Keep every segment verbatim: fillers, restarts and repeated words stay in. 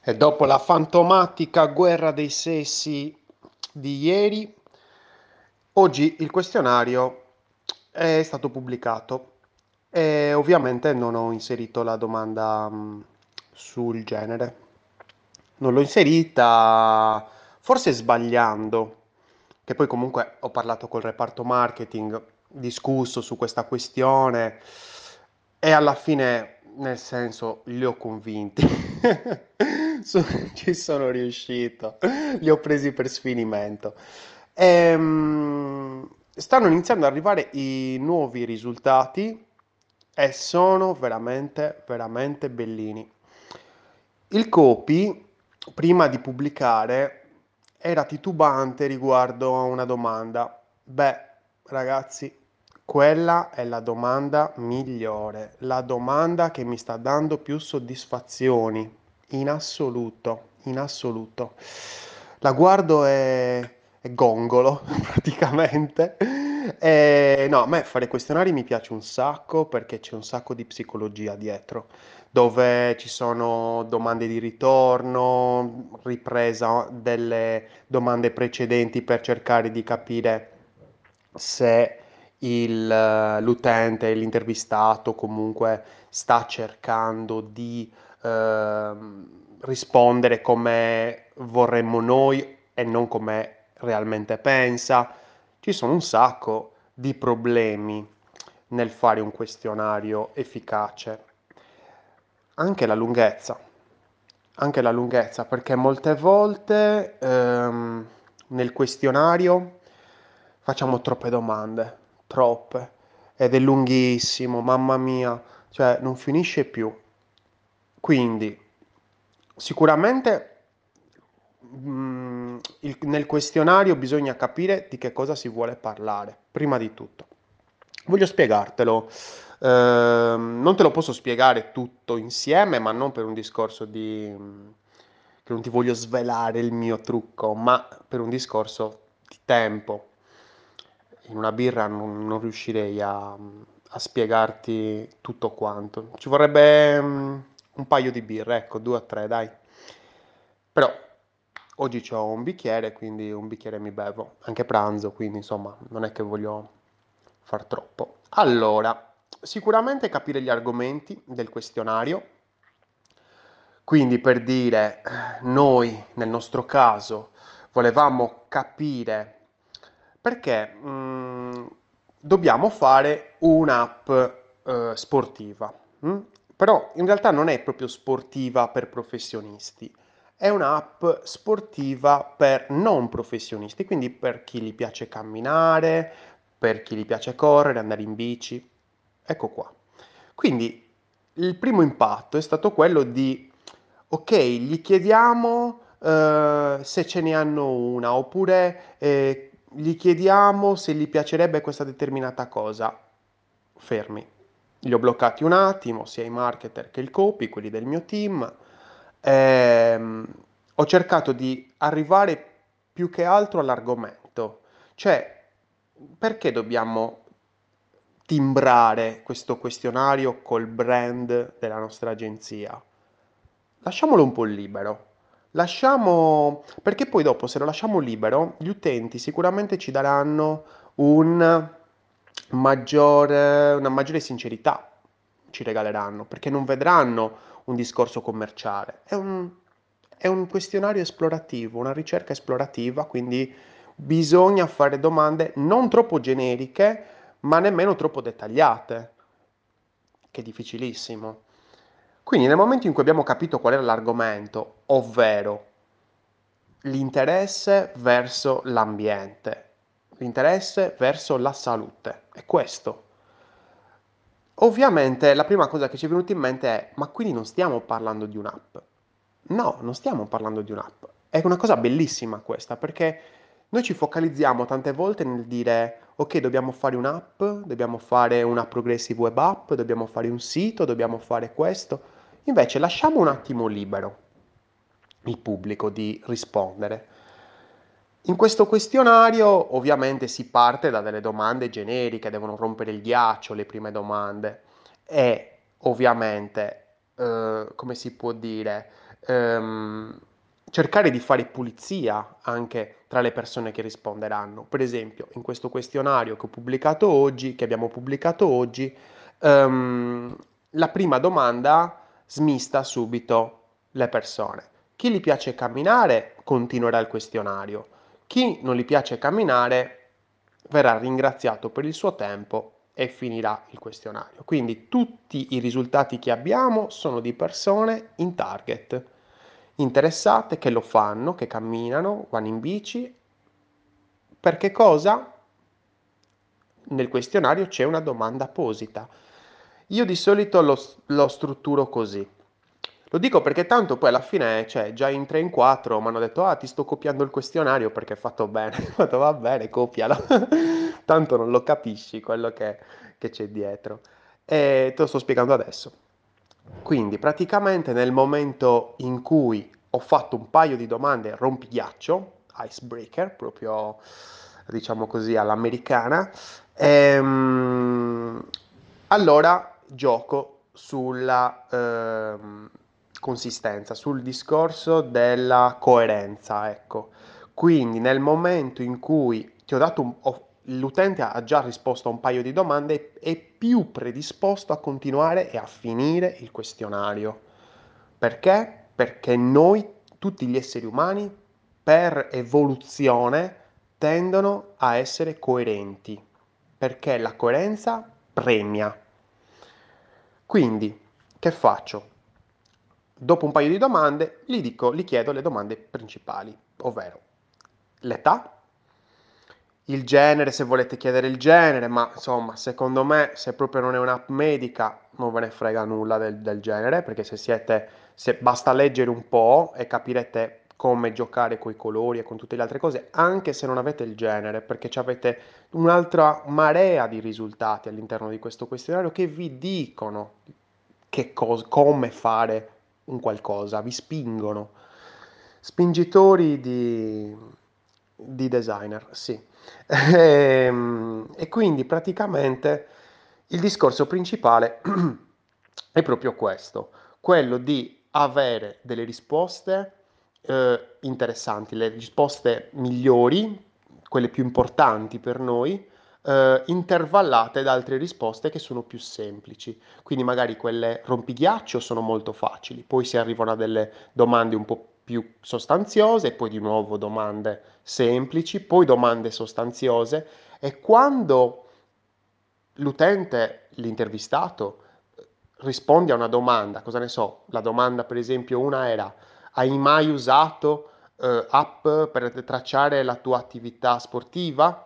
E dopo la fantomatica guerra dei sessi di ieri, oggi il questionario è stato pubblicato e ovviamente non ho inserito la domanda mh, sul genere. Non l'ho inserita, forse sbagliando, che poi comunque ho parlato col reparto marketing, discusso su questa questione e alla fine, nel senso, li ho convinti. Su- Ci sono riuscito, li ho presi per sfinimento. Ehm, stanno iniziando ad arrivare i nuovi risultati e sono veramente, veramente bellini. Il copy, prima di pubblicare, era titubante riguardo a una domanda. Beh, ragazzi, quella è la domanda migliore, la domanda che mi sta dando più soddisfazioni, in assoluto, in assoluto. La guardo e, e gongolo, praticamente. E, no, a me fare questionari mi piace un sacco perché c'è un sacco di psicologia dietro dove ci sono domande di ritorno, ripresa delle domande precedenti per cercare di capire se il- l'utente, l'intervistato comunque sta cercando di ehm, rispondere come vorremmo noi e non come realmente pensa. Ci sono un sacco di problemi nel fare un questionario efficace. Anche la lunghezza, anche la lunghezza, perché molte volte ehm, nel questionario facciamo troppe domande, troppe, ed è lunghissimo, mamma mia, cioè non finisce più. Quindi, sicuramente mm, il- nel questionario bisogna capire di che cosa si vuole parlare, prima di tutto. Voglio spiegartelo. Ehm, non te lo posso spiegare tutto insieme, ma non per un discorso di... mm, che non ti voglio svelare il mio trucco, ma per un discorso di tempo. In una birra non, non riuscirei a, a spiegarti tutto quanto. Ci vorrebbe mm, un paio di birre, ecco, due o tre, dai. Però oggi ho un bicchiere, quindi un bicchiere mi bevo. Anche pranzo, quindi insomma, non è che voglio far troppo. Allora, sicuramente capire gli argomenti del questionario. Quindi per dire, noi nel nostro caso volevamo capire perché mh, dobbiamo fare un'app eh, sportiva. Mh? Però in realtà non è proprio sportiva per professionisti, è un'app sportiva per non professionisti, quindi per chi gli piace camminare, per chi gli piace correre, andare in bici. Ecco qua. Quindi il primo impatto è stato quello di, ok, gli chiediamo eh, se ce ne hanno una, oppure eh, gli chiediamo se gli piacerebbe questa determinata cosa. Fermi. Li ho bloccati un attimo, sia i marketer che il copy, quelli del mio team. Ehm, Ho cercato di arrivare più che altro all'argomento. Cioè, perché dobbiamo timbrare questo questionario col brand della nostra agenzia? Lasciamolo un po' libero. Lasciamo... Perché poi dopo, se lo lasciamo libero, gli utenti sicuramente ci daranno un maggiore, una maggiore sincerità, ci regaleranno, perché non vedranno un discorso commerciale. È un, è un questionario esplorativo, una ricerca esplorativa, quindi bisogna fare domande non troppo generiche, ma nemmeno troppo dettagliate, che è difficilissimo. Quindi nel momento in cui abbiamo capito qual era l'argomento, ovvero l'interesse verso l'ambiente, l'interesse verso la salute, è questo. Ovviamente la prima cosa che ci è venuta in mente è, ma quindi non stiamo parlando di un'app? No, non stiamo parlando di un'app. È una cosa bellissima questa, perché noi ci focalizziamo tante volte nel dire, ok, dobbiamo fare un'app, dobbiamo fare una progressive web app, dobbiamo fare un sito, dobbiamo fare questo. Invece lasciamo un attimo libero il pubblico di rispondere. In questo questionario ovviamente si parte da delle domande generiche, devono rompere il ghiaccio le prime domande e ovviamente, eh, come si può dire, ehm, cercare di fare pulizia anche tra le persone che risponderanno. Per esempio, in questo questionario che ho pubblicato oggi, che abbiamo pubblicato oggi, ehm, la prima domanda smista subito le persone. Chi gli piace camminare continuerà il questionario. Chi non gli piace camminare verrà ringraziato per il suo tempo e finirà il questionario. Quindi tutti i risultati che abbiamo sono di persone in target, interessate, che lo fanno, che camminano, vanno in bici. Perché cosa? Nel questionario c'è una domanda apposita. Io di solito lo, lo strutturo così. Lo dico perché tanto poi alla fine, cioè, già in tre in quattro mi hanno detto, ah, ti sto copiando il questionario perché è fatto bene. Ho fatto, va bene, copialo. Tanto non lo capisci quello che, che c'è dietro. E te lo sto spiegando adesso. Quindi, praticamente nel momento in cui ho fatto un paio di domande rompighiaccio, icebreaker, proprio diciamo così all'americana, ehm, allora gioco sulla ehm, consistenza, sul discorso della coerenza, ecco. Quindi nel momento in cui ti ho dato un, ho- l'utente ha già risposto a un paio di domande, è più predisposto a continuare e a finire il questionario. Perché? Perché noi, tutti gli esseri umani, per evoluzione, tendono a essere coerenti, perché la coerenza premia. Quindi, che faccio? Dopo un paio di domande, gli dico, gli chiedo le domande principali, ovvero l'età, il genere, se volete chiedere il genere, ma insomma, secondo me, se proprio non è un'app medica, non ve ne frega nulla del, del genere, perché se siete, se basta leggere un po' e capirete come giocare con i colori e con tutte le altre cose, anche se non avete il genere, perché ci avete un'altra marea di risultati all'interno di questo questionario che vi dicono che cos- come fare un qualcosa, vi spingono. Spingitori di, di designer, sì. Ehm, E, quindi praticamente il discorso principale è proprio questo, quello di avere delle risposte eh, interessanti, le risposte migliori, quelle più importanti per noi, eh, intervallate da altre risposte che sono più semplici. Quindi magari quelle rompighiaccio sono molto facili, poi si arrivano a delle domande un po' più sostanziose, poi di nuovo domande semplici, poi domande sostanziose e quando l'utente, l'intervistato, risponde a una domanda, cosa ne so, la domanda per esempio una era, hai mai usato eh, app per tracciare la tua attività sportiva?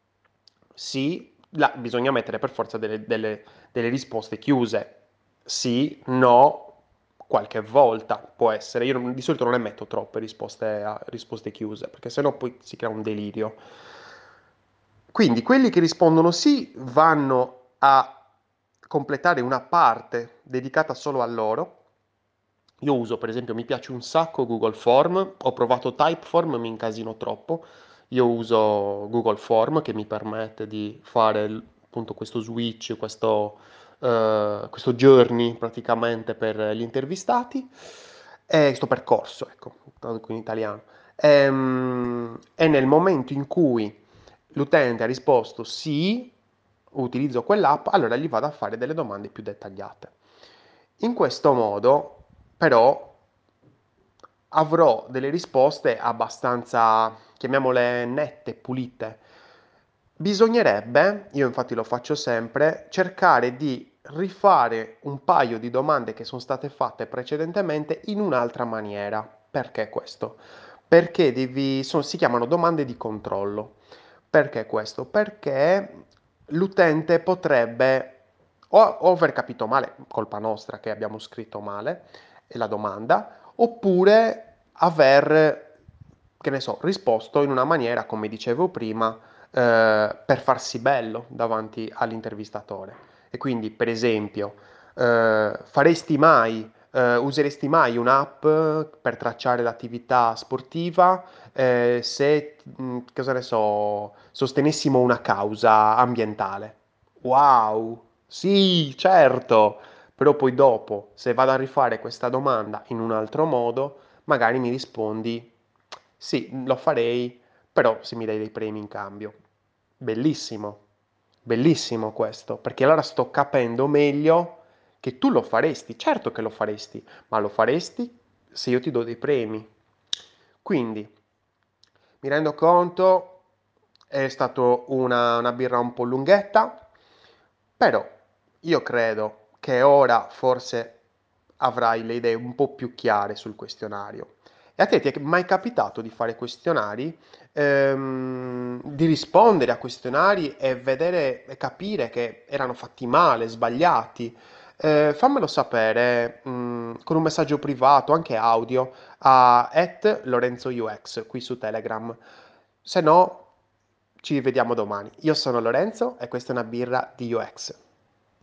Sì, là bisogna mettere per forza delle, delle- delle risposte chiuse. Sì, no, qualche volta può essere. Io non- di solito non ne metto troppe risposte, a- risposte chiuse, perché sennò poi si crea un delirio. Quindi quelli che rispondono sì vanno a completare una parte dedicata solo a loro. Io uso, per esempio, mi piace un sacco Google Form, ho provato Typeform, mi incasino troppo. Io uso Google Form che mi permette di fare l- appunto questo switch, questo, eh, questo journey praticamente per gli intervistati, e questo percorso, ecco, traduco in italiano. Ehm, E, nel momento in cui l'utente ha risposto sì, utilizzo quell'app, allora gli vado a fare delle domande più dettagliate. In questo modo, però, avrò delle risposte abbastanza, chiamiamole nette, pulite. Bisognerebbe, io infatti lo faccio sempre, cercare di rifare un paio di domande che sono state fatte precedentemente in un'altra maniera. Perché questo? Perché devi, sono- si chiamano domande di controllo. Perché questo? Perché l'utente potrebbe o, o aver capito male, colpa nostra che abbiamo scritto male, è la domanda, oppure aver, che ne so, risposto in una maniera, come dicevo prima, eh, per farsi bello davanti all'intervistatore. E quindi, per esempio, eh, faresti mai, eh, useresti mai un'app per tracciare l'attività sportiva eh, se, mh, cosa ne so, sostenessimo una causa ambientale? Wow, sì, certo. Però poi dopo, se vado a rifare questa domanda in un altro modo, magari mi rispondi, sì, lo farei, però se mi dai dei premi in cambio. Bellissimo, bellissimo questo, perché allora sto capendo meglio che tu lo faresti, certo che lo faresti, ma lo faresti se io ti do dei premi. Quindi, mi rendo conto, è stata una, una birra un po' lunghetta, però io credo che ora forse avrai le idee un po' più chiare sul questionario. E a te ti è mai capitato di fare questionari, ehm, di rispondere a questionari e vedere e capire che erano fatti male, sbagliati? Eh, fammelo sapere, mm, con un messaggio privato, anche audio, a at Lorenzo U X qui su Telegram. Se no, ci vediamo domani. Io sono Lorenzo e questa è una birra di U X.